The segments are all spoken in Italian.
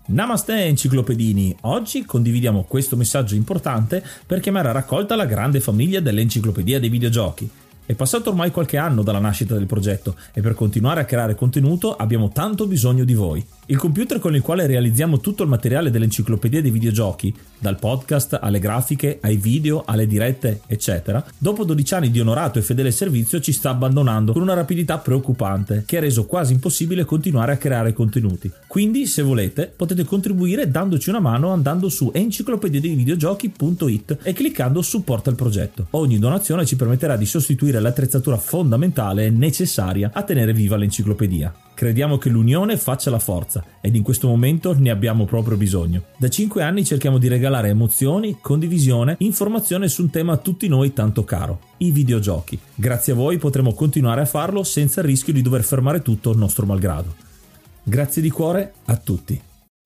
Namaste enciclopedini, oggi condividiamo questo messaggio importante per chiamare a raccolta la grande famiglia dell'Enciclopedia dei Videogiochi. È passato ormai qualche anno dalla nascita del progetto e per continuare a creare contenuto abbiamo tanto bisogno di voi. Il computer con il quale realizziamo tutto il materiale dell'Enciclopedia dei Videogiochi, dal podcast alle grafiche, ai video, alle dirette, eccetera, dopo 12 anni di onorato e fedele servizio ci sta abbandonando con una rapidità preoccupante che ha reso quasi impossibile continuare a creare contenuti. Quindi, se volete, potete contribuire dandoci una mano andando su enciclopediadeivideogiochi.it e cliccando supporta il progetto. Ogni donazione ci permetterà di sostituire l'attrezzatura fondamentale e necessaria a tenere viva l'enciclopedia. Crediamo che l'unione faccia la forza ed in questo momento ne abbiamo proprio bisogno. Da 5 anni cerchiamo di regalare emozioni, condivisione, informazione su un tema a tutti noi tanto caro, i videogiochi. Grazie a voi potremo continuare a farlo senza il rischio di dover fermare tutto nostro malgrado. Grazie di cuore a tutti.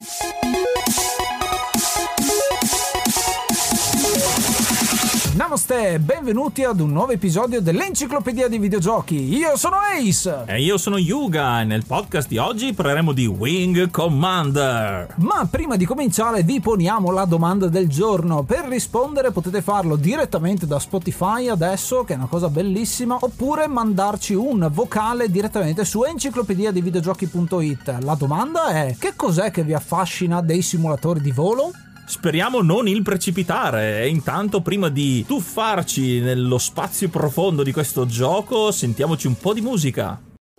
Namaste, benvenuti ad un nuovo episodio dell'Enciclopedia dei Videogiochi. Io sono Ace e io sono Yuga e nel podcast di oggi parleremo di Wing Commander. Ma prima di cominciare vi poniamo la domanda del giorno. Per rispondere potete farlo direttamente da Spotify adesso, che è una cosa bellissima, oppure mandarci un vocale direttamente su enciclopediadeivideogiochi.it. La domanda è: che cos'è che vi affascina dei simulatori di volo? Speriamo non il precipitare e intanto prima di tuffarci nello spazio profondo di questo gioco sentiamoci un po' di musica.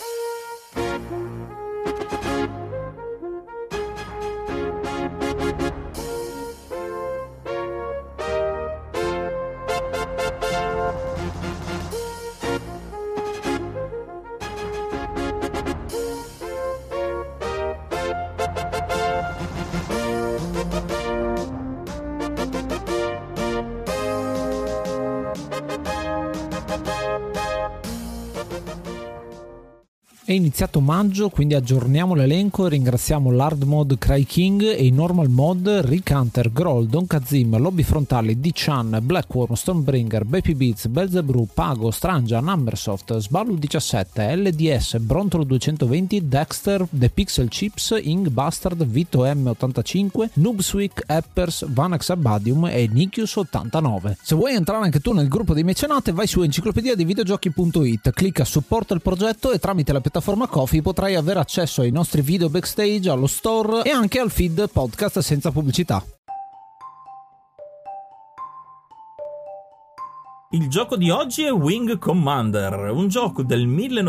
È iniziato maggio, quindi aggiorniamo l'elenco e ringraziamo l'Hard Mode Cry King e i Normal Mode Rick Hunter, Groll, Don Kazim, Lobby Frontali, D-Chan, Blackworm, Stormbringer, Baby Beats, Belzebrew, Pago, Strangia, Numbersoft, Sballu 17, LDS, Brontolo 220, Dexter, The Pixel Chips, Ing Bastard, Vito M85, Noobswick, Eppers, Vanax Abadium e Nikius 89. Se vuoi entrare anche tu nel gruppo dei mecenate, vai su enciclopediadeivideogiochi.it, clicca supporta il progetto e tramite la piattaforma Ko-fi potrai avere accesso ai nostri video backstage, allo store e anche al feed podcast senza pubblicità. Il gioco di oggi è Wing Commander, un gioco del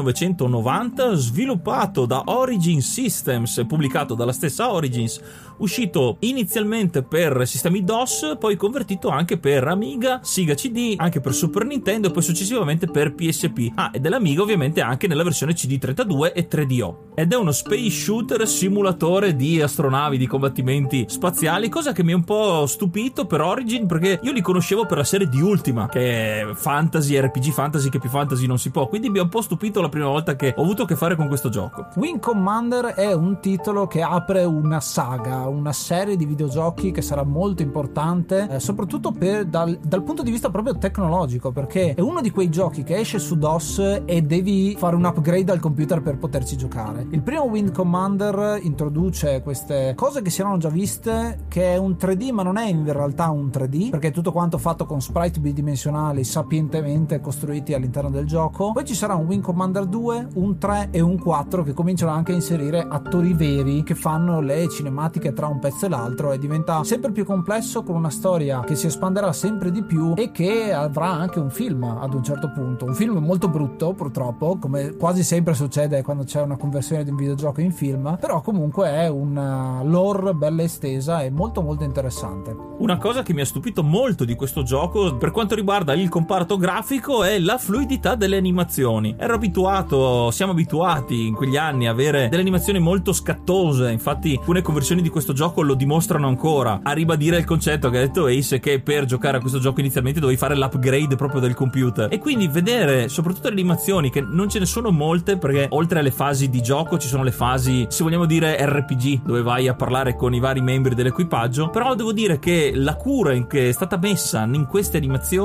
1990 sviluppato da Origin Systems e pubblicato dalla stessa Origins, uscito inizialmente per sistemi DOS, poi convertito anche per Amiga, Sega CD, anche per Super Nintendo e poi successivamente per PSP. E dell'Amiga ovviamente anche nella versione CD32 e 3DO. Ed è uno space shooter simulatore di astronavi, di combattimenti spaziali, cosa che mi ha un po' stupito per Origin perché io li conoscevo per la serie di Ultima, che è fantasy, RPG fantasy, che più fantasy non si può, quindi mi ha un po' stupito la prima volta che ho avuto a che fare con questo gioco. Wing Commander è un titolo che apre una saga, una serie di videogiochi che sarà molto importante, soprattutto dal punto di vista proprio tecnologico, perché è uno di quei giochi che esce su DOS e devi fare un upgrade al computer per poterci giocare. Il primo Wing Commander introduce queste cose che si erano già viste, che è un 3D ma non è in realtà un 3D, perché è tutto quanto fatto con sprite bidimensionali sapientemente costruiti all'interno del gioco. Poi ci sarà un Wing Commander 2, un 3 e un 4 che cominciano anche a inserire attori veri che fanno le cinematiche tra un pezzo e l'altro e diventa sempre più complesso, con una storia che si espanderà sempre di più e che avrà anche un film ad un certo punto, un film molto brutto purtroppo, come quasi sempre succede quando c'è una conversione di un videogioco in film, però comunque è una lore bella estesa e molto molto interessante. Una cosa che mi ha stupito molto di questo gioco per quanto riguarda il comparto grafico è la fluidità delle animazioni. Siamo abituati in quegli anni a avere delle animazioni molto scattose, infatti alcune conversioni di questo gioco lo dimostrano ancora, a ribadire il concetto che ha detto Ace, che per giocare a questo gioco inizialmente dovevi fare l'upgrade proprio del computer, e quindi vedere soprattutto le animazioni, che non ce ne sono molte perché oltre alle fasi di gioco ci sono le fasi, se vogliamo dire, RPG, dove vai a parlare con i vari membri dell'equipaggio, però devo dire che la cura che è stata messa in queste animazioni vale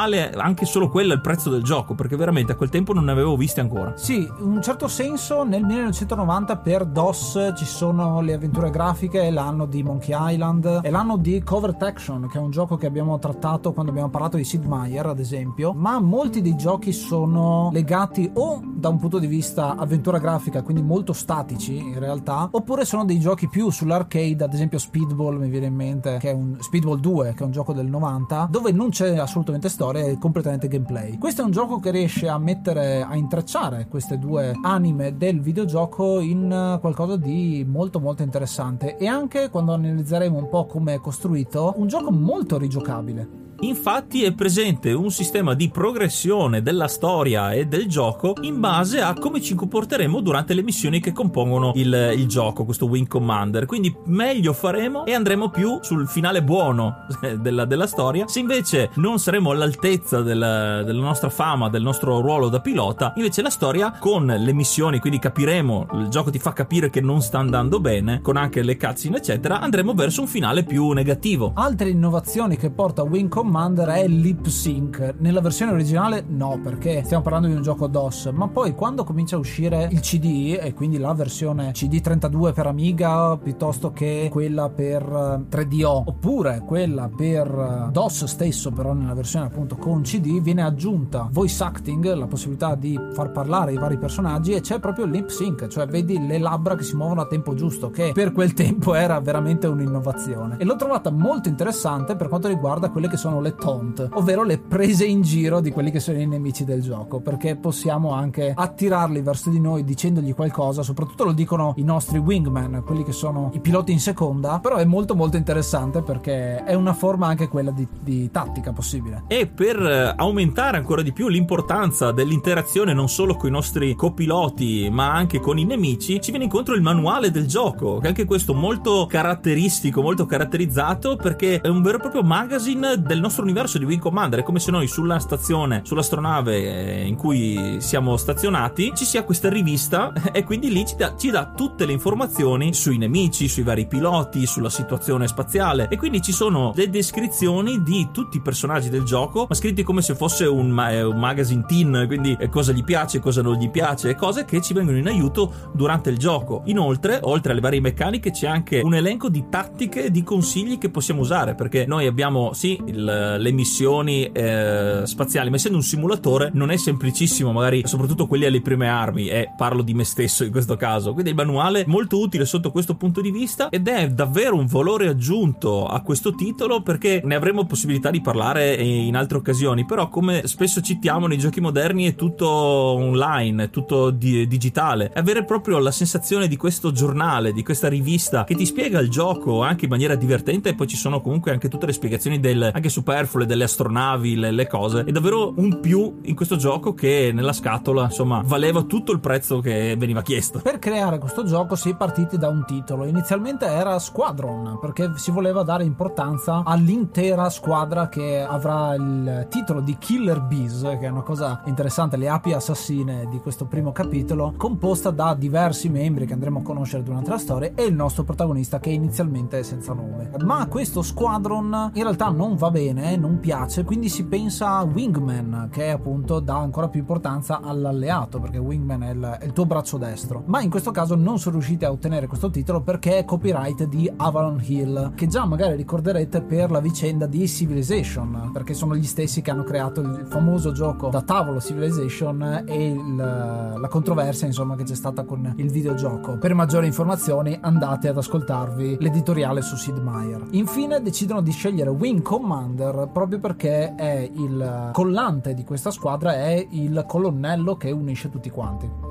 vale anche solo quello il prezzo del gioco, perché veramente a quel tempo non ne avevo visti ancora. Sì, in un certo senso nel 1990 per DOS ci sono le avventure grafiche, l'anno di Monkey Island e l'anno di Covert Action, che è un gioco che abbiamo trattato quando abbiamo parlato di Sid Meier ad esempio, ma molti dei giochi sono legati o da un punto di vista avventura grafica, quindi molto statici in realtà, oppure sono dei giochi più sull'arcade, ad esempio Speedball mi viene in mente, che è un Speedball 2, che è un gioco del 90 dove non c'è assolutamente storia, è completamente gameplay. Questo è un gioco che riesce a intrecciare queste due anime del videogioco in qualcosa di molto molto interessante, e anche quando analizzeremo un po' come è costruito, un gioco molto rigiocabile. Infatti è presente un sistema di progressione della storia e del gioco in base a come ci comporteremo durante le missioni che compongono il gioco, questo Wing Commander. Quindi meglio faremo e andremo più sul finale buono della storia. Se invece non saremo all'altezza della nostra fama, del nostro ruolo da pilota, invece la storia con le missioni, quindi capiremo, il gioco ti fa capire che non sta andando bene, con anche le cutscene eccetera, andremo verso un finale più negativo. Altre innovazioni che porta Wing Commander è il lip sync. Nella versione originale no, perché stiamo parlando di un gioco DOS, ma poi quando comincia a uscire il CD, e quindi la versione CD 32 per Amiga piuttosto che quella per 3DO, oppure quella per DOS stesso però nella versione appunto con CD, viene aggiunta voice acting, la possibilità di far parlare i vari personaggi, e c'è proprio il lip sync, cioè vedi le labbra che si muovono a tempo giusto, che per quel tempo era veramente un'innovazione, e l'ho trovata molto interessante per quanto riguarda quelle che sono le taunt, ovvero le prese in giro di quelli che sono i nemici del gioco, perché possiamo anche attirarli verso di noi dicendogli qualcosa. Soprattutto lo dicono i nostri wingman, quelli che sono i piloti in seconda, però è molto molto interessante perché è una forma anche quella di tattica possibile. E per aumentare ancora di più l'importanza dell'interazione non solo con i nostri copiloti ma anche con i nemici, ci viene incontro il manuale del gioco, che anche questo molto caratteristico, molto caratterizzato, perché è un vero e proprio magazine del nostro universo di Wing Commander. È come se noi sulla stazione, sull'astronave in cui siamo stazionati, ci sia questa rivista e quindi lì ci dà tutte le informazioni sui nemici, sui vari piloti, sulla situazione spaziale, e quindi ci sono le descrizioni di tutti i personaggi del gioco, ma scritti come se fosse un magazine teen, quindi cosa gli piace, cosa non gli piace, cose che ci vengono in aiuto durante il gioco. Inoltre, oltre alle varie meccaniche, c'è anche un elenco di tattiche e di consigli che possiamo usare, perché noi abbiamo sì le missioni spaziali, ma essendo un simulatore non è semplicissimo, magari soprattutto quelli alle prime armi, e parlo di me stesso in questo caso. Quindi il manuale è molto utile sotto questo punto di vista, ed è davvero un valore aggiunto a questo titolo, perché ne avremo possibilità di parlare in altre occasioni, però come spesso citiamo nei giochi moderni è tutto online, è tutto digitale. Avere proprio la sensazione di questo giornale, di questa rivista che ti spiega il gioco anche in maniera divertente, e poi ci sono comunque anche tutte le spiegazioni anche superflue delle astronavi, le cose, è davvero un più in questo gioco che nella scatola insomma valeva tutto il prezzo che veniva chiesto. Per creare questo gioco si è partiti da un titolo, inizialmente era Squadron, perché si voleva dare importanza all'intera squadra che avrà il titolo di Killer Bees, che è una cosa interessante, le api assassine di questo primo capitolo, composta da diversi membri che andremo a conoscere durante la storia, e il nostro protagonista che inizialmente è senza nome. Ma questo Squadron in realtà non va bene, non piace, quindi si pensa a Wingman, che appunto dà ancora più importanza all'alleato, perché Wingman è il tuo braccio destro. Ma in questo caso non sono riusciti a ottenere questo titolo perché è copyright di Avalon Hill, che già magari ricorderete per la vicenda di Civilization, perché sono gli stessi che hanno creato il famoso gioco da tavolo Civilization, e la controversia insomma che c'è stata con il videogioco. Per maggiori informazioni andate ad ascoltarvi l'editoriale su Sid Meier. Infine decidono di scegliere Wing Commander proprio perché è il collante di questa squadra, è il colonnello che unisce tutti quanti.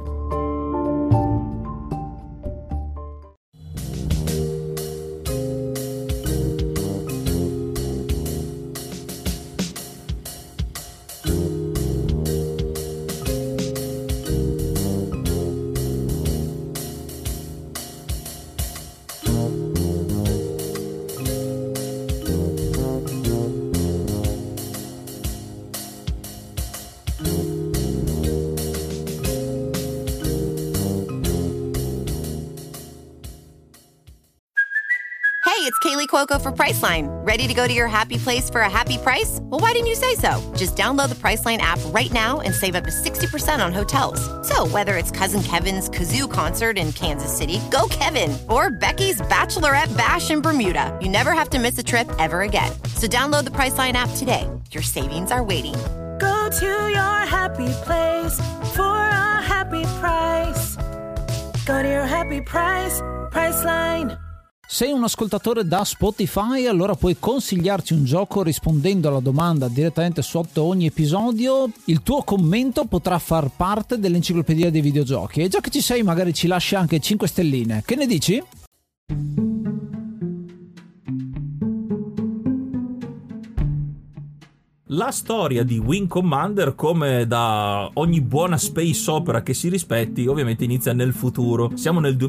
Hey, it's Kaylee Cuoco for Priceline. Ready to go to your happy place for a happy price? Well, why didn't you say so? Just download the Priceline app right now and save up to 60% on hotels. So whether it's Cousin Kevin's Kazoo Concert in Kansas City, go Kevin, or Becky's Bachelorette Bash in Bermuda, you never have to miss a trip ever again. So download the Priceline app today. Your savings are waiting. Go to your happy place for a happy price. Go to your happy price, Priceline. Sei un ascoltatore da Spotify, allora puoi consigliarci un gioco rispondendo alla domanda direttamente sotto ogni episodio. Il tuo commento potrà far parte dell'enciclopedia dei videogiochi. E già che ci sei, magari ci lasci anche 5 stelline. Che ne dici? La storia di Wing Commander, come da ogni buona space opera che si rispetti, ovviamente inizia nel futuro. Siamo nel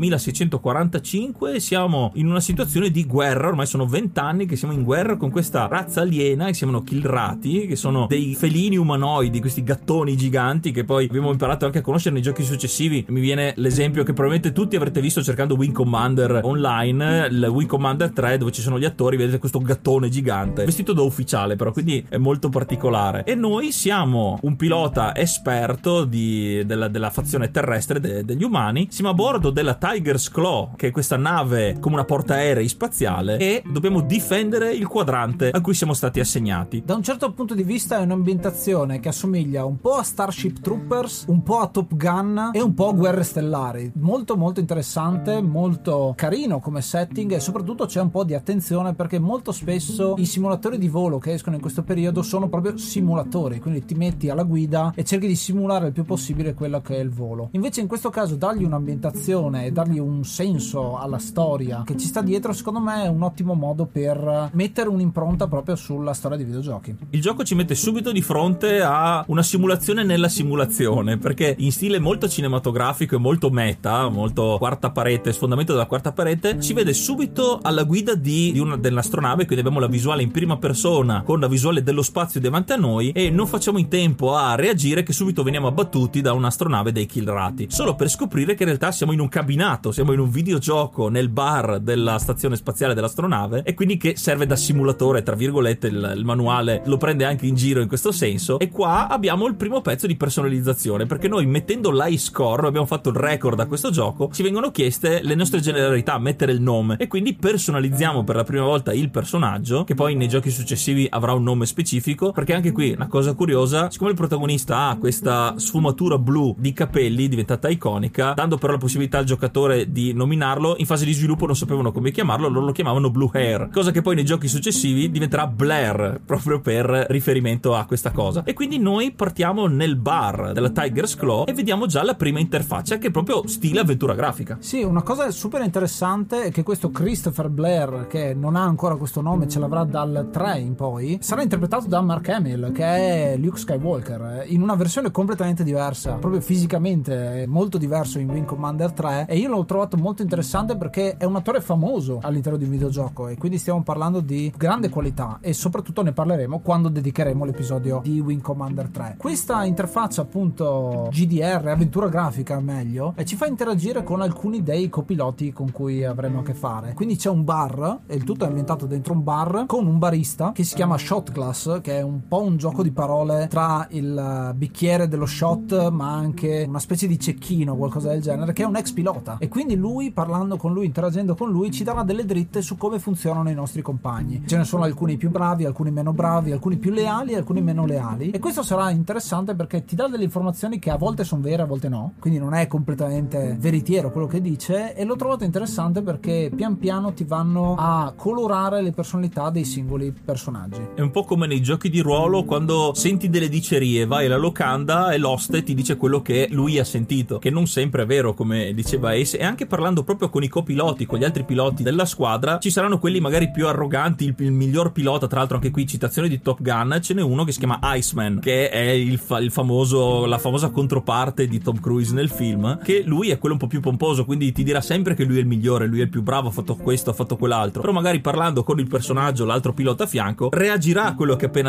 2645 e siamo in una situazione di guerra. Ormai sono 20 anni che siamo in guerra con questa razza aliena che si chiamano Kilrati, che sono dei felini umanoidi, questi gattoni giganti che poi abbiamo imparato anche a conoscere nei giochi successivi. Mi viene l'esempio che probabilmente tutti avrete visto cercando Wing Commander online, il Wing Commander 3, dove ci sono gli attori, vedete questo gattone gigante vestito da ufficiale, però, quindi è molto particolare. E noi siamo un pilota esperto della fazione terrestre degli umani. Siamo a bordo della Tiger's Claw, che è questa nave come una portaerei spaziale, e dobbiamo difendere il quadrante a cui siamo stati assegnati. Da un certo punto di vista è un'ambientazione che assomiglia un po' a Starship Troopers, un po' a Top Gun e un po' a Guerre Stellari. Molto molto interessante, molto carino come setting, e soprattutto c'è un po' di attenzione perché molto spesso i simulatori di volo che escono in questo periodo sono proprio simulatori, quindi ti metti alla guida e cerchi di simulare il più possibile quello che è il volo. Invece in questo caso dargli un'ambientazione e dargli un senso alla storia che ci sta dietro, secondo me è un ottimo modo per mettere un'impronta proprio sulla storia dei videogiochi. Il gioco ci mette subito di fronte a una simulazione nella simulazione, perché in stile molto cinematografico e molto meta, molto quarta parete, sfondamento della quarta parete, ci vede subito alla guida dell'astronave, quindi abbiamo la visuale in prima persona con la visuale dello spazio davanti a noi, e non facciamo in tempo a reagire che subito veniamo abbattuti da un'astronave dei Kilrati, solo per scoprire che in realtà siamo in un cabinato, siamo in un videogioco nel bar della stazione spaziale dell'astronave, e quindi che serve da simulatore, tra virgolette. Il manuale lo prende anche in giro in questo senso. E qua abbiamo il primo pezzo di personalizzazione, perché noi, mettendo l'iScore, abbiamo fatto il record a questo gioco, ci vengono chieste le nostre generalità, mettere il nome, e quindi personalizziamo per la prima volta il personaggio, che poi nei giochi successivi avrà un nome specifico. Perché anche qui una cosa curiosa, siccome il protagonista ha questa sfumatura blu di capelli diventata iconica, dando però la possibilità al giocatore di nominarlo, in fase di sviluppo non sapevano come chiamarlo, loro lo chiamavano Blue Hair, cosa che poi nei giochi successivi diventerà Blair, proprio per riferimento a questa cosa. E quindi noi partiamo nel bar della Tiger's Claw e vediamo già la prima interfaccia, che è proprio stile avventura grafica. Sì, una cosa super interessante è che questo Christopher Blair, che non ha ancora questo nome, ce l'avrà dal 3 in poi, sarà interpretato da Mark Hamill, che è Luke Skywalker, in una versione completamente diversa, proprio fisicamente molto diverso in Wing Commander 3, e io l'ho trovato molto interessante perché è un attore famoso all'interno di un videogioco, e quindi stiamo parlando di grande qualità, e soprattutto ne parleremo quando dedicheremo l'episodio di Wing Commander 3. Questa interfaccia, appunto GDR, avventura grafica meglio, e ci fa interagire con alcuni dei copiloti con cui avremo a che fare. Quindi c'è un bar, e il tutto è ambientato dentro un bar con un barista che si chiama Shot Glass, che è un po' un gioco di parole tra il bicchiere dello shot ma anche una specie di cecchino, qualcosa del genere, che è un ex pilota, e quindi lui, parlando con lui, interagendo con lui, ci darà delle dritte su come funzionano i nostri compagni. Ce ne sono alcuni più bravi, alcuni meno bravi, alcuni più leali, alcuni meno leali, e questo sarà interessante perché ti dà delle informazioni che a volte sono vere, a volte no, quindi non è completamente veritiero quello che dice, e l'ho trovato interessante perché pian piano ti vanno a colorare le personalità dei singoli personaggi. È un po' come nei giochi di ruolo, quando senti delle dicerie, vai alla locanda e l'oste ti dice quello che lui ha sentito, che non sempre è vero, come diceva Ace. E anche parlando proprio con i copiloti, con gli altri piloti della squadra, ci saranno quelli magari più arroganti. Il miglior pilota, tra l'altro anche qui citazione di Top Gun, ce n'è uno che si chiama Iceman, che è il famoso, la famosa controparte di Tom Cruise nel film, che lui è quello un po' più pomposo, quindi ti dirà sempre che lui è il migliore, lui è il più bravo, ha fatto questo, ha fatto quell'altro, però magari parlando con il personaggio, l'altro pilota a fianco, reagirà a quello che ha appena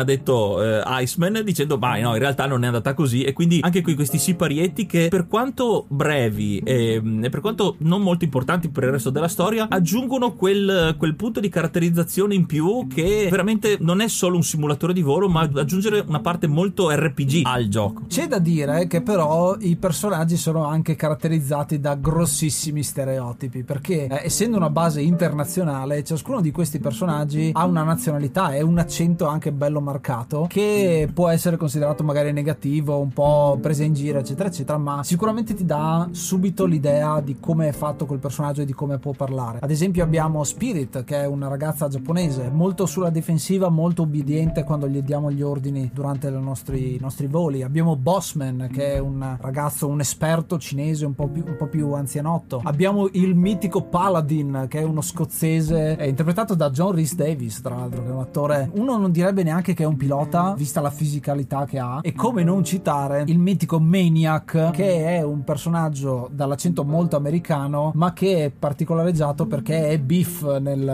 appena detto Iceman, dicendo ma no, in realtà non è andata così. E quindi anche qui questi siparietti che, per quanto brevi e per quanto non molto importanti per il resto della storia, aggiungono quel punto di caratterizzazione in più che veramente non è solo un simulatore di volo, ma aggiungere una parte molto RPG al gioco. C'è da dire che però i personaggi sono anche caratterizzati da grossissimi stereotipi, perché essendo una base internazionale, ciascuno di questi personaggi ha una nazionalità e un accento anche bello marcato, che può essere considerato magari negativo, un po' presa in giro, eccetera eccetera, ma sicuramente ti dà subito l'idea di come è fatto quel personaggio e di come può parlare. Ad esempio abbiamo Spirit, che è una ragazza giapponese molto sulla difensiva, molto obbediente quando gli diamo gli ordini durante i nostri voli. Abbiamo Bossman, che è un ragazzo, un esperto cinese un po' più anzianotto. Abbiamo il mitico Paladin, che è uno scozzese, è interpretato da John Rhys Davies, tra l'altro, che è un attore, uno non direbbe neanche che è un pilota vista la fisicalità che ha. E come non citare il mitico Maniac, che è un personaggio dall'accento molto americano, ma che è particolareggiato perché è Biff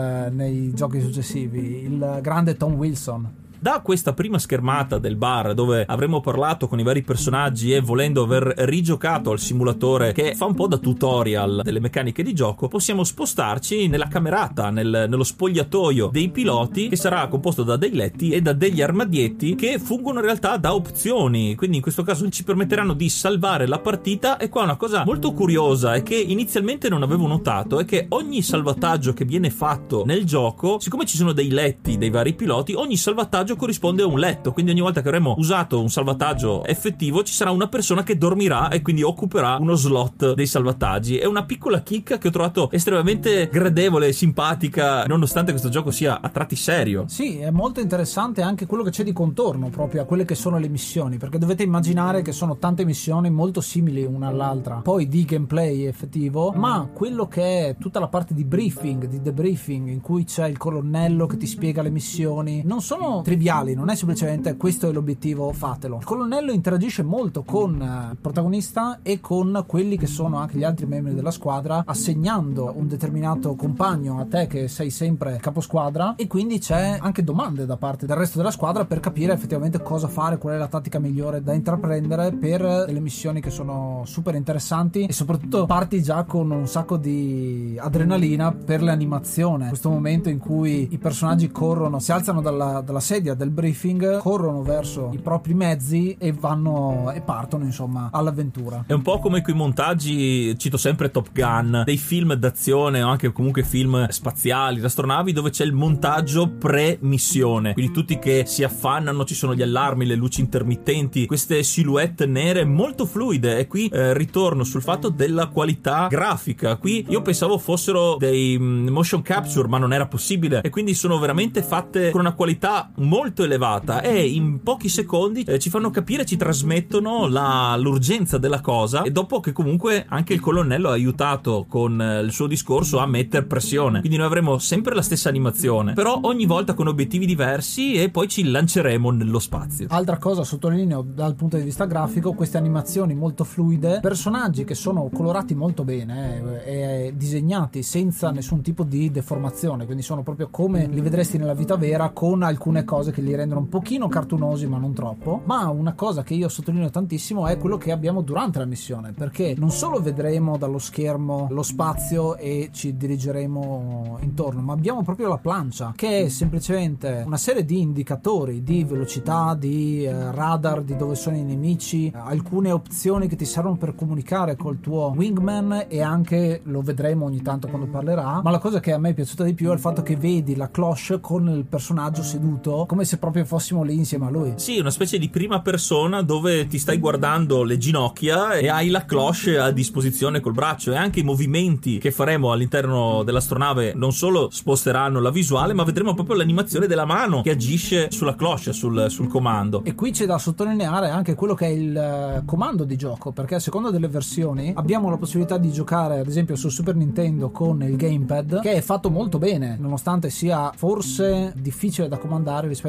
nei giochi successivi, il grande Tom Wilson. Da questa prima schermata del bar, dove avremo parlato con i vari personaggi e volendo aver rigiocato al simulatore che fa un po' da tutorial delle meccaniche di gioco, possiamo spostarci nella camerata, nello spogliatoio dei piloti, che sarà composto da dei letti e da degli armadietti che fungono in realtà da opzioni, quindi in questo caso ci permetteranno di salvare la partita. E qua una cosa molto curiosa e che inizialmente non avevo notato è che ogni salvataggio che viene fatto nel gioco, siccome ci sono dei letti dei vari piloti, ogni salvataggio corrisponde a un letto, quindi ogni volta che avremo usato un salvataggio effettivo ci sarà una persona che dormirà e quindi occuperà uno slot dei salvataggi. È una piccola chicca che ho trovato estremamente gradevole e simpatica, nonostante questo gioco sia a tratti serio. Sì, è molto interessante anche quello che c'è di contorno proprio a quelle che sono le missioni, perché dovete immaginare che sono tante missioni molto simili una all'altra, poi di gameplay effettivo, ma quello che è tutta la parte di briefing, di debriefing, in cui c'è il colonnello che ti spiega le missioni, non sono triviali, non è semplicemente questo è l'obiettivo, fatelo. Il colonnello interagisce molto con il protagonista e con quelli che sono anche gli altri membri della squadra, assegnando un determinato compagno a te che sei sempre caposquadra, e quindi c'è anche domande da parte del resto della squadra per capire effettivamente cosa fare, qual è la tattica migliore da intraprendere per delle missioni che sono super interessanti. E soprattutto parti già con un sacco di adrenalina per l'animazione, questo momento in cui i personaggi corrono, si alzano dalla sedia del briefing, corrono verso i propri mezzi e vanno e partono insomma all'avventura. È un po' come quei montaggi, cito sempre Top Gun, dei film d'azione o anche comunque film spaziali, astronavi, dove c'è il montaggio pre-missione, quindi tutti che si affannano, ci sono gli allarmi, le luci intermittenti, queste silhouette nere molto fluide. E qui ritorno sul fatto della qualità grafica. Qui io pensavo fossero dei motion capture, ma non era possibile, e quindi sono veramente fatte con una qualità molto elevata e in pochi secondi ci fanno capire, ci trasmettono l'urgenza della cosa, e dopo che comunque anche il colonnello ha aiutato con il suo discorso a mettere pressione, quindi noi avremo sempre la stessa animazione, però ogni volta con obiettivi diversi, e poi ci lanceremo nello spazio. Altra cosa sottolineo dal punto di vista grafico, queste animazioni molto fluide, personaggi che sono colorati molto bene e disegnati senza nessun tipo di deformazione, quindi sono proprio come li vedresti nella vita vera, con alcune cose che li rendono un pochino cartunosi ma non troppo. Ma una cosa che io sottolineo tantissimo è quello che abbiamo durante la missione, perché non solo vedremo dallo schermo lo spazio e ci dirigeremo intorno, ma abbiamo proprio la plancia, che è semplicemente una serie di indicatori di velocità, di radar, di dove sono i nemici, alcune opzioni che ti servono per comunicare col tuo wingman, e anche lo vedremo ogni tanto quando parlerà. Ma la cosa che a me è piaciuta di più è il fatto che vedi la cloche con il personaggio seduto come se proprio fossimo lì insieme a lui. Sì, una specie di prima persona dove ti stai guardando le ginocchia e hai la cloche a disposizione col braccio, e anche i movimenti che faremo all'interno dell'astronave non solo sposteranno la visuale, ma vedremo proprio l'animazione della mano che agisce sulla cloche, sul comando. E qui c'è da sottolineare anche quello che è il comando di gioco, perché a seconda delle versioni abbiamo la possibilità di giocare ad esempio su Super Nintendo con il gamepad, che è fatto molto bene, nonostante sia forse difficile da comandare rispetto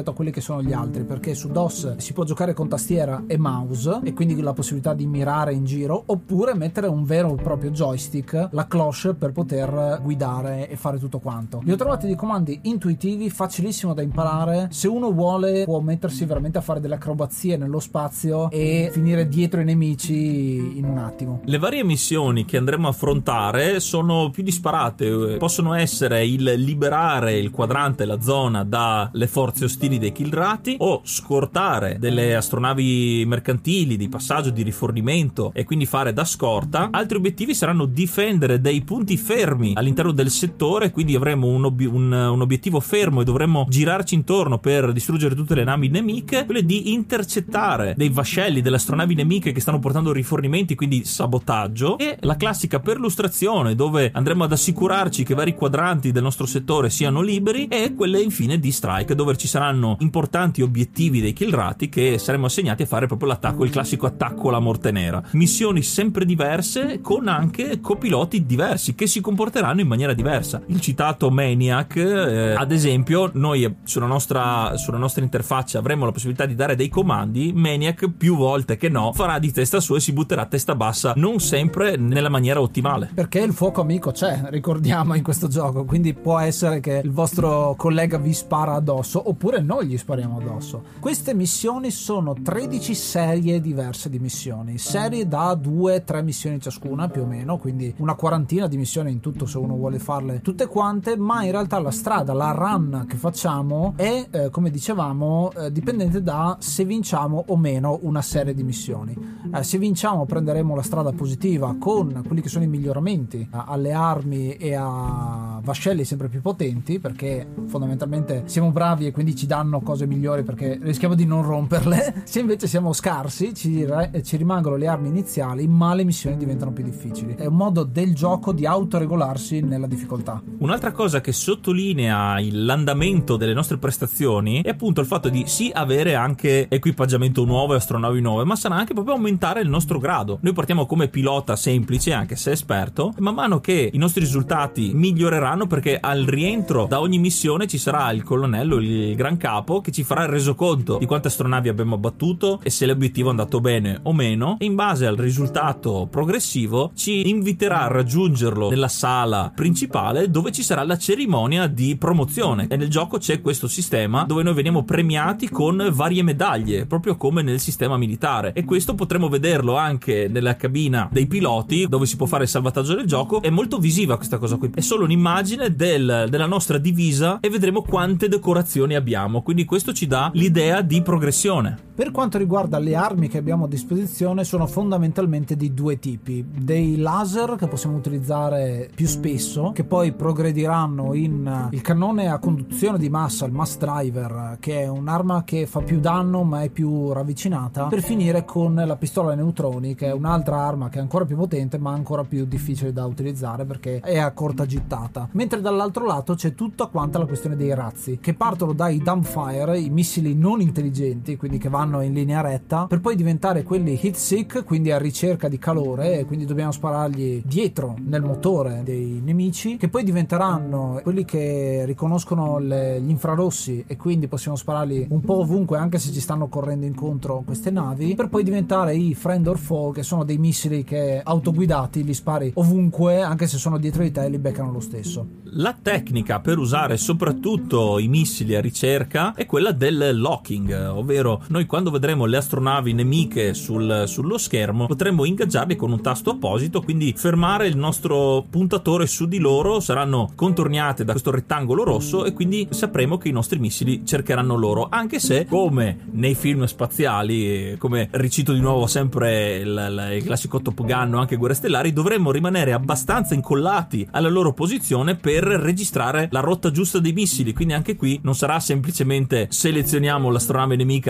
rispetto a quelli che sono gli altri, perché su DOS si può giocare con tastiera e mouse e quindi la possibilità di mirare in giro, oppure mettere un vero e proprio joystick, la cloche, per poter guidare e fare tutto quanto. Li ho trovati dei comandi intuitivi, facilissimo da imparare. Se uno vuole può mettersi veramente a fare delle acrobazie nello spazio e finire dietro i nemici in un attimo. Le varie missioni che andremo a affrontare sono più disparate, possono essere il liberare il quadrante, la zona dalle forze ostili dei Kilrati, o scortare delle astronavi mercantili di passaggio, di rifornimento, e quindi fare da scorta. Altri obiettivi saranno difendere dei punti fermi all'interno del settore, quindi avremo un obiettivo fermo e dovremmo girarci intorno per distruggere tutte le navi nemiche. Quelle di intercettare dei vascelli, delle astronavi nemiche che stanno portando rifornimenti, quindi sabotaggio. E la classica perlustrazione, dove andremo ad assicurarci che vari quadranti del nostro settore siano liberi, e quelle infine di strike, dove ci saranno importanti obiettivi dei Kilrati che saremo assegnati a fare proprio l'attacco, il classico attacco alla morte nera. Missioni sempre diverse, con anche copiloti diversi che si comporteranno in maniera diversa. Il citato Maniac, ad esempio, noi sulla nostra interfaccia avremo la possibilità di dare dei comandi. Maniac più volte che no farà di testa sua e si butterà a testa bassa, non sempre nella maniera ottimale, perché il fuoco amico c'è, ricordiamo, in questo gioco, quindi può essere che il vostro collega vi spara addosso, oppure noi gli spariamo addosso. Queste missioni sono 13 serie diverse di missioni, serie da 2-3 missioni ciascuna più o meno, quindi una quarantina di missioni in tutto se uno vuole farle tutte quante. Ma in realtà la strada, la run che facciamo è come dicevamo dipendente da se vinciamo o meno una serie di missioni. Se vinciamo prenderemo la strada positiva con quelli che sono i miglioramenti alle armi e a vascelli sempre più potenti, perché fondamentalmente siamo bravi e quindi ci danno cose migliori perché rischiamo di non romperle. Se invece siamo scarsi ci rimangono le armi iniziali, ma le missioni diventano più difficili. È un modo del gioco di autoregolarsi nella difficoltà. Un'altra cosa che sottolinea l'andamento delle nostre prestazioni è appunto il fatto di sì avere anche equipaggiamento nuovo e astronavi nuove, ma sarà anche proprio aumentare il nostro grado. Noi partiamo come pilota semplice, anche se esperto, e man mano che i nostri risultati miglioreranno, perché al rientro da ogni missione ci sarà il colonnello, il gran capo, che ci farà il resoconto di quante astronavi abbiamo abbattuto e se l'obiettivo è andato bene o meno, e in base al risultato progressivo ci inviterà a raggiungerlo nella sala principale, dove ci sarà la cerimonia di promozione. E nel gioco c'è questo sistema dove noi veniamo premiati con varie medaglie, proprio come nel sistema militare, e questo potremo vederlo anche nella cabina dei piloti, dove si può fare il salvataggio del gioco. È molto visiva questa cosa qui, è solo un'immagine della nostra divisa e vedremo quante decorazioni abbiamo, quindi questo ci dà l'idea di progressione. Per quanto riguarda le armi che abbiamo a disposizione, sono fondamentalmente di due tipi: dei laser che possiamo utilizzare più spesso, che poi progrediranno in il cannone a conduzione di massa, il mass driver, che è un'arma che fa più danno ma è più ravvicinata, per finire con la pistola a neutroni, che è un'altra arma che è ancora più potente ma ancora più difficile da utilizzare perché è a corta gittata. Mentre dall'altro lato c'è tutta quanta la questione dei razzi, che partono dai dumbfire, i missili non intelligenti, quindi che vanno in linea retta, per poi diventare quelli hit seek, quindi a ricerca di calore, e quindi dobbiamo sparargli dietro nel motore dei nemici, che poi diventeranno quelli che riconoscono gli infrarossi e quindi possiamo spararli un po' ovunque anche se ci stanno correndo incontro queste navi, per poi diventare i friend or foe, che sono dei missili che autoguidati li spari ovunque anche se sono dietro di te e li beccano lo stesso. La tecnica per usare soprattutto i missili a ricerca è quella del locking, ovvero noi quando vedremo le astronavi nemiche sullo schermo potremo ingaggiarli con un tasto apposito, quindi fermare il nostro puntatore su di loro, saranno contornate da questo rettangolo rosso e quindi sapremo che i nostri missili cercheranno loro, anche se come nei film spaziali, come ricito di nuovo sempre il classico Top Gun o anche Guerre Stellari, dovremmo rimanere abbastanza incollati alla loro posizione per registrare la rotta giusta dei missili, quindi anche qui non sarà semplicemente selezioniamo l'astronave nemica e spariamo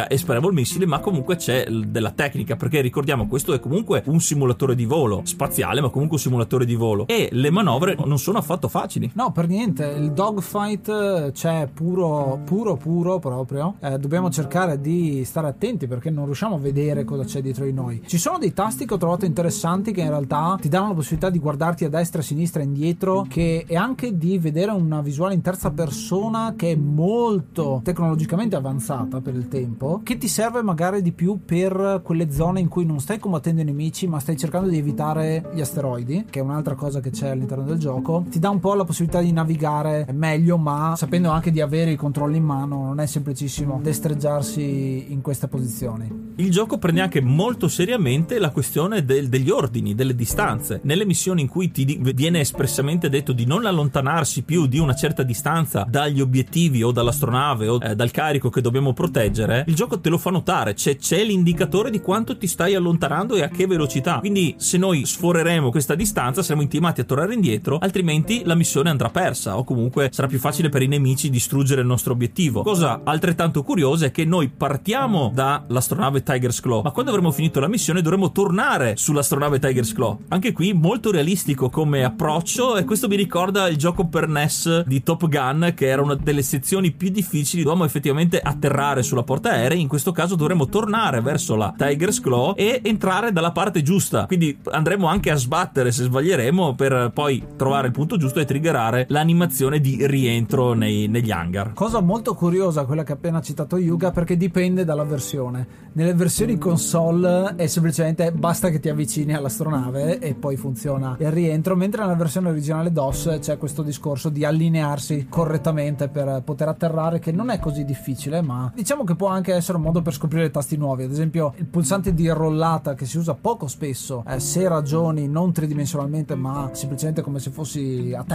col missile, ma comunque c'è della tecnica, perché ricordiamo, questo è comunque un simulatore di volo spaziale, ma comunque un simulatore di volo, e le manovre non sono affatto facili. No, per niente. Il dogfight c'è puro proprio. Dobbiamo cercare di stare attenti perché non riusciamo a vedere cosa c'è dietro di noi. Ci sono dei tasti che ho trovato interessanti che in realtà ti danno la possibilità di guardarti a destra, a sinistra, indietro, e anche di vedere una visuale in terza persona che è molto tecnologicamente avanzata per il tempo, che ti serve magari di più per quelle zone in cui non stai combattendo i nemici ma stai cercando di evitare gli asteroidi, che è un'altra cosa che c'è all'interno del gioco. Ti dà un po' la possibilità di navigare meglio, ma sapendo anche di avere i controlli in mano. Non è semplicissimo destreggiarsi in queste posizioni. Il gioco prende anche molto seriamente la questione degli ordini, delle distanze. Nelle missioni in cui ti viene espressamente detto di non allontanarsi più di una certa distanza dagli obiettivi o dall'astronave o dal carico che dobbiamo proteggere, il gioco te lo fa notare, c'è l'indicatore di quanto ti stai allontanando e a che velocità. Quindi se noi sforeremo questa distanza saremo intimati a tornare indietro, altrimenti la missione andrà persa, o comunque sarà più facile per i nemici distruggere il nostro obiettivo. Cosa altrettanto curiosa è che noi partiamo dall'astronave Tiger's Claw, ma quando avremo finito la missione dovremo tornare sull'astronave Tiger's Claw. Anche qui molto realistico come approccio, e questo mi ricorda il gioco per NES di Top Gun, che era una delle sezioni più difficili. Dovevamo effettivamente atterrare sulla portaerei, in questo caso dovremo tornare verso la Tiger's Claw e entrare dalla parte giusta, quindi andremo anche a sbattere se sbaglieremo per poi trovare il punto giusto e triggerare l'animazione di rientro negli hangar. Cosa molto curiosa quella che ha appena citato Yuga, perché dipende dalla versione. Nelle versioni console è semplicemente basta che ti avvicini all'astronave e poi funziona il rientro, mentre nella versione originale DOS c'è questo discorso di allinearsi correttamente per poter atterrare, che non è così difficile, ma diciamo che può anche essere un modo per scoprire tasti nuovi. Ad esempio il pulsante di rollata, che si usa poco spesso se ragioni non tridimensionalmente ma semplicemente come se fossi a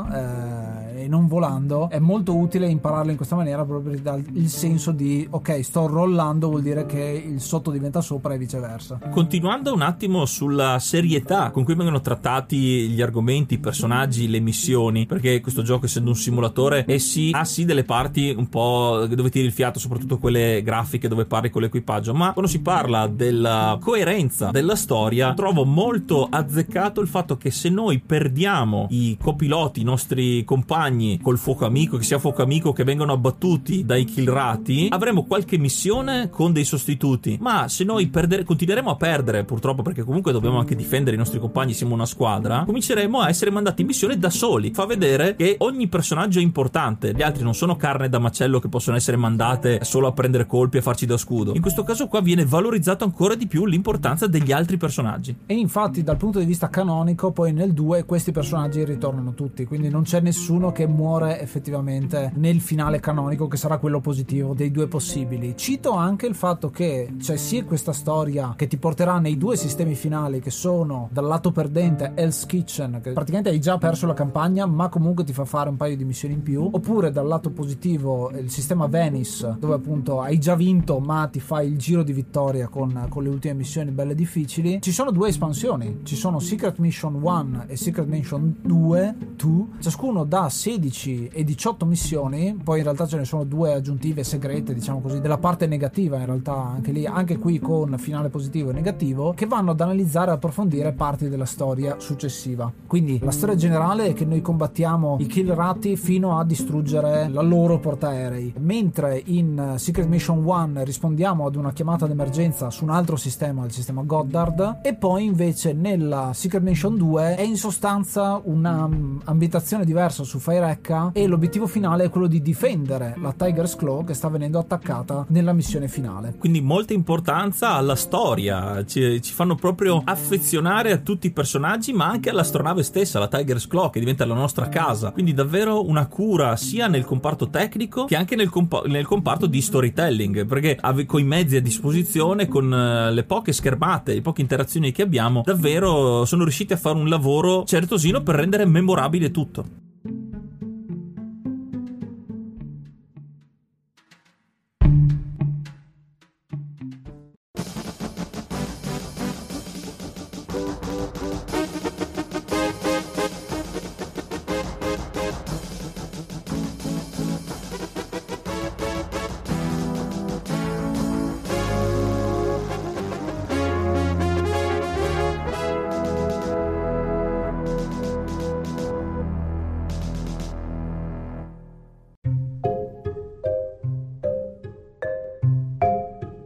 terra e non volando, è molto utile impararlo in questa maniera, proprio per dare il senso di ok, sto rollando, vuol dire che il sotto diventa sopra e viceversa. Continuando un attimo sulla serietà con cui vengono trattati gli argomenti, i personaggi, le missioni, perché questo gioco, essendo un simulatore, ha sì delle parti un po' dove tiri il fiato, soprattutto quelle grafiche dove parli con l'equipaggio, ma quando si parla della coerenza della storia trovo molto azzeccato il fatto che se noi perdiamo i copiloti, i nostri compagni col fuoco amico, che sia fuoco amico, che vengono abbattuti dai killrati, avremo qualche missione con dei sostituti, ma se noi continueremo a perdere, purtroppo, perché comunque dobbiamo anche difendere i nostri compagni, siamo una squadra, cominceremo a essere mandati in missione da soli. Fa vedere che ogni personaggio è importante, gli altri non sono carne da macello che possono essere mandate solo a prendere colpi e farci da scudo. In questo caso qua viene valorizzato ancora di più l'importanza degli altri personaggi, e infatti dal punto di vista canonico poi nel 2 questi personaggi ritornano tutti, quindi non c'è nessuno che muore effettivamente nel finale canonico, che sarà quello positivo dei due possibili. Cito anche il fatto che c'è sì questa storia che ti porterà nei due sistemi finali, che sono dal lato perdente Hell's Kitchen, che praticamente hai già perso la campagna ma comunque ti fa fare un paio di missioni in più, oppure dal lato positivo il sistema Venice, dove appunto hai già vinto ma ti fai il giro di vittoria con le ultime missioni belle e difficili. Ci sono due espansioni, ci sono Secret Mission 1 e Secret Mission 2, ciascuno da 16 e 18 missioni, poi in realtà ce ne sono due aggiuntive segrete, diciamo così, della parte negativa, in realtà anche qui con finale positivo e negativo, che vanno ad analizzare e approfondire parti della storia successiva. Quindi la storia generale è che noi combattiamo i killrati fino a distruggere la loro portaerei, mentre in Secret Mission 1 rispondiamo ad una chiamata d'emergenza su un altro sistema, il sistema Goddard, e poi invece nella Secret Mission 2 è in sostanza una ambientazione diversa su Firecca, e l'obiettivo finale è quello di difendere la Tiger's Claw che sta venendo attaccata nella missione finale. Quindi molta importanza alla storia, ci fanno proprio affezionare a tutti i personaggi, ma anche all'astronave stessa, la Tiger's Claw, che diventa la nostra casa. Quindi davvero una cura sia nel comparto tecnico che anche nel comparto di storytelling, perché con i mezzi a disposizione, con le poche schermate, le poche interazioni che abbiamo, davvero sono riusciti a fare un lavoro certosino per rendere memorabile tutto.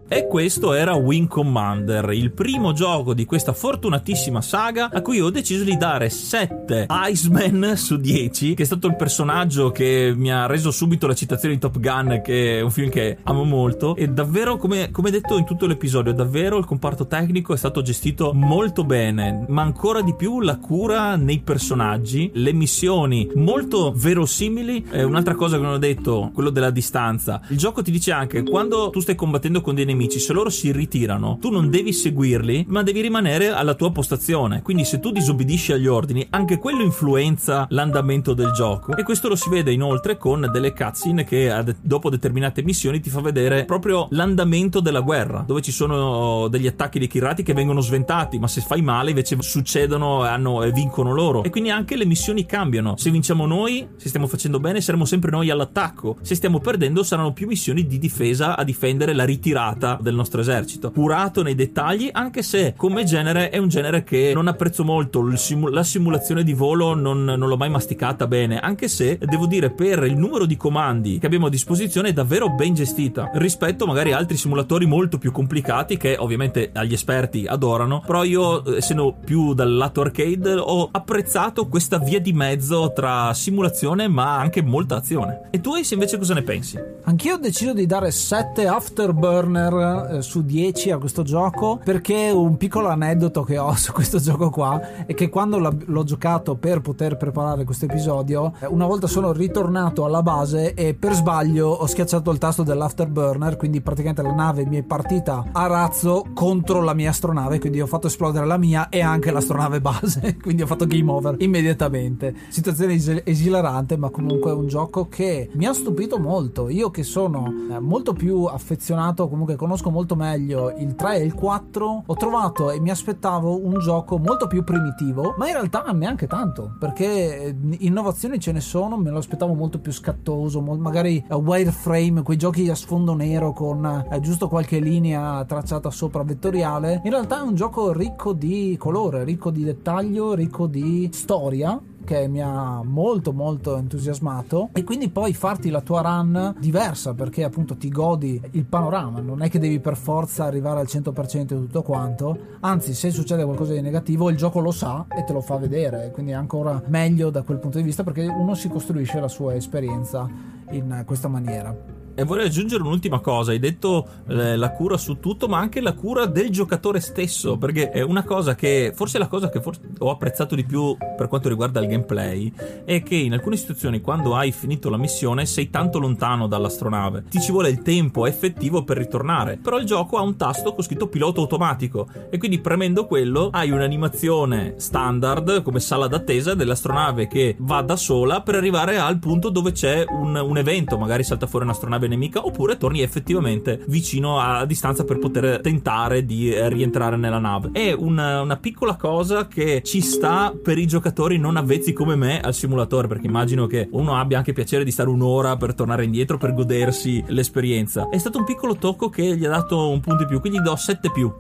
E questo era Wing Commander, il primo gioco di questa fortunatissima saga a cui ho deciso di dare 7 Iceman su 10, che è stato il personaggio che mi ha reso subito la citazione di Top Gun, che è un film che amo molto. E davvero, come detto in tutto l'episodio, davvero il comparto tecnico è stato gestito molto bene, ma ancora di più la cura nei personaggi, le missioni molto verosimili. Un'altra cosa che non ho detto, quello della distanza. Il gioco ti dice anche, quando tu stai combattendo con dei nemici, se loro si ritirano, tu non devi seguirli, ma devi rimanere alla tua postazione. Quindi se tu disobbedisci agli ordini, anche quello influenza l'andamento del gioco. E questo lo si vede inoltre con delle cutscene che dopo determinate missioni ti fa vedere proprio l'andamento della guerra, dove ci sono degli attacchi dei Kirati che vengono sventati, ma se fai male invece succedono e vincono loro. E quindi anche le missioni cambiano. Se vinciamo noi, se stiamo facendo bene, saremo sempre noi all'attacco. Se stiamo perdendo, saranno più missioni di difesa a difendere la ritirata del nostro esercito. Curato nei dettagli, anche se come genere è un genere che non apprezzo molto. La simulazione di volo non l'ho mai masticata bene, anche se devo dire, per il numero di comandi che abbiamo a disposizione è davvero ben gestita rispetto magari a altri simulatori molto più complicati che ovviamente agli esperti adorano. Però io, essendo più dal lato arcade, ho apprezzato questa via di mezzo tra simulazione ma anche molta azione. E tu, Ace, invece cosa ne pensi? Anch'io ho deciso di dare 7 Afterburner su 10 a questo gioco, perché un piccolo aneddoto che ho su questo gioco qua è che quando l'ho giocato per poter preparare questo episodio, una volta sono ritornato alla base e per sbaglio ho schiacciato il tasto dell'Afterburner, quindi praticamente la nave mi è partita a razzo contro la mia astronave, quindi ho fatto esplodere la mia e anche l'astronave base, quindi ho fatto game over immediatamente. Situazione esilarante, ma comunque un gioco che mi ha stupito molto. Io che sono molto più affezionato, comunque conosco molto meglio il 3 e il 4, ho trovato e mi aspettavo un gioco molto più primitivo, ma in realtà neanche tanto, perché innovazioni ce ne sono. Me lo aspettavo molto più scattoso, magari wireframe, quei giochi a sfondo nero con giusto qualche linea tracciata sopra vettoriale. In realtà è un gioco ricco di colore, ricco di dettaglio, ricco di storia, che mi ha molto molto entusiasmato. E quindi poi farti la tua run diversa, perché appunto ti godi il panorama, non è che devi per forza arrivare al 100% di tutto quanto, anzi se succede qualcosa di negativo il gioco lo sa e te lo fa vedere, quindi è ancora meglio da quel punto di vista, perché uno si costruisce la sua esperienza in questa maniera. E vorrei aggiungere un'ultima cosa. Hai detto la cura su tutto, ma anche la cura del giocatore stesso, perché è una cosa che forse è la cosa che ho apprezzato di più per quanto riguarda il gameplay, è che in alcune situazioni, quando hai finito la missione, sei tanto lontano dall'astronave, ti ci vuole il tempo effettivo per ritornare, però il gioco ha un tasto con scritto pilota automatico e quindi premendo quello hai un'animazione standard come sala d'attesa dell'astronave che va da sola per arrivare al punto dove c'è un evento, magari salta fuori un'astronave nemica, oppure torni effettivamente vicino a distanza per poter tentare di rientrare nella nave. È una piccola cosa che ci sta per i giocatori non avvezzi come me al simulatore, perché immagino che uno abbia anche piacere di stare un'ora per tornare indietro per godersi l'esperienza. È stato un piccolo tocco che gli ha dato un punto in più, quindi do 7+.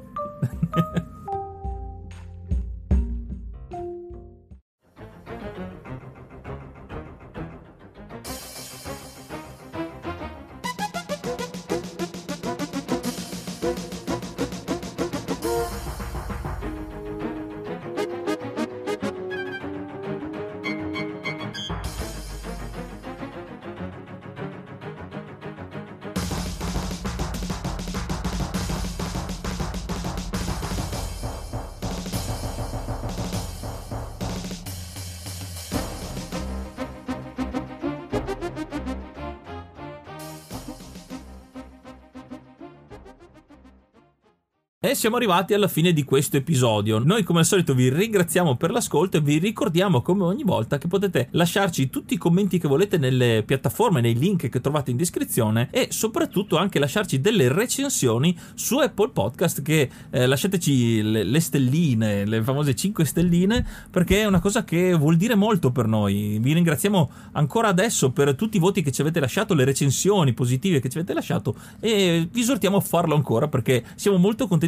E siamo arrivati alla fine di questo episodio. Noi come al solito vi ringraziamo per l'ascolto e vi ricordiamo come ogni volta che potete lasciarci tutti i commenti che volete nelle piattaforme, nei link che trovate in descrizione, e soprattutto anche lasciarci delle recensioni su Apple Podcast, che lasciateci le stelline, le famose 5 stelline, perché è una cosa che vuol dire molto per noi. Vi ringraziamo ancora adesso per tutti i voti che ci avete lasciato, le recensioni positive che ci avete lasciato, e vi esortiamo a farlo ancora perché siamo molto contenti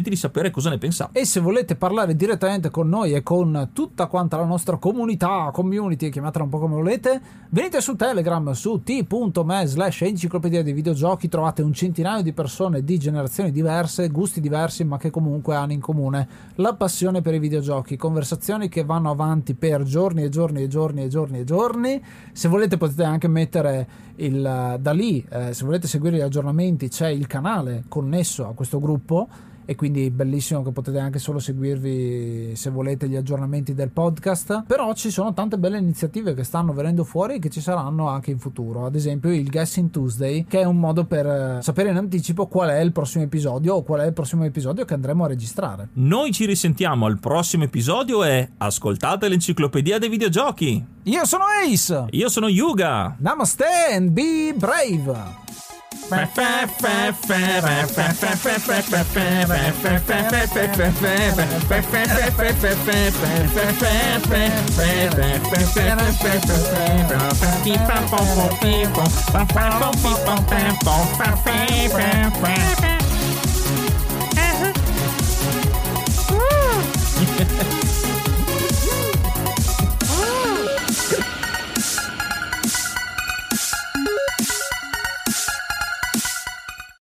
contenti di sapere cosa ne pensate. E se volete parlare direttamente con noi e con tutta quanta la nostra community, chiamatela un po' come volete, venite su Telegram, su t.me/enciclopedia dei videogiochi. Trovate un centinaio di persone di generazioni diverse, gusti diversi, ma che comunque hanno in comune la passione per i videogiochi, conversazioni che vanno avanti per giorni e giorni e giorni e giorni e giorni. Se volete potete anche mettere da lì, se volete seguire gli aggiornamenti, c'è il canale connesso a questo gruppo, e quindi bellissimo che potete anche solo seguirvi se volete gli aggiornamenti del podcast. Però ci sono tante belle iniziative che stanno venendo fuori e che ci saranno anche in futuro, ad esempio il Guessing Tuesday, che è un modo per sapere in anticipo qual è il prossimo episodio o qual è il prossimo episodio che andremo a registrare. Noi ci risentiamo al prossimo episodio e ascoltate l'Enciclopedia dei Videogiochi. Io sono Ace. Io sono Yuga. Namaste and be brave. People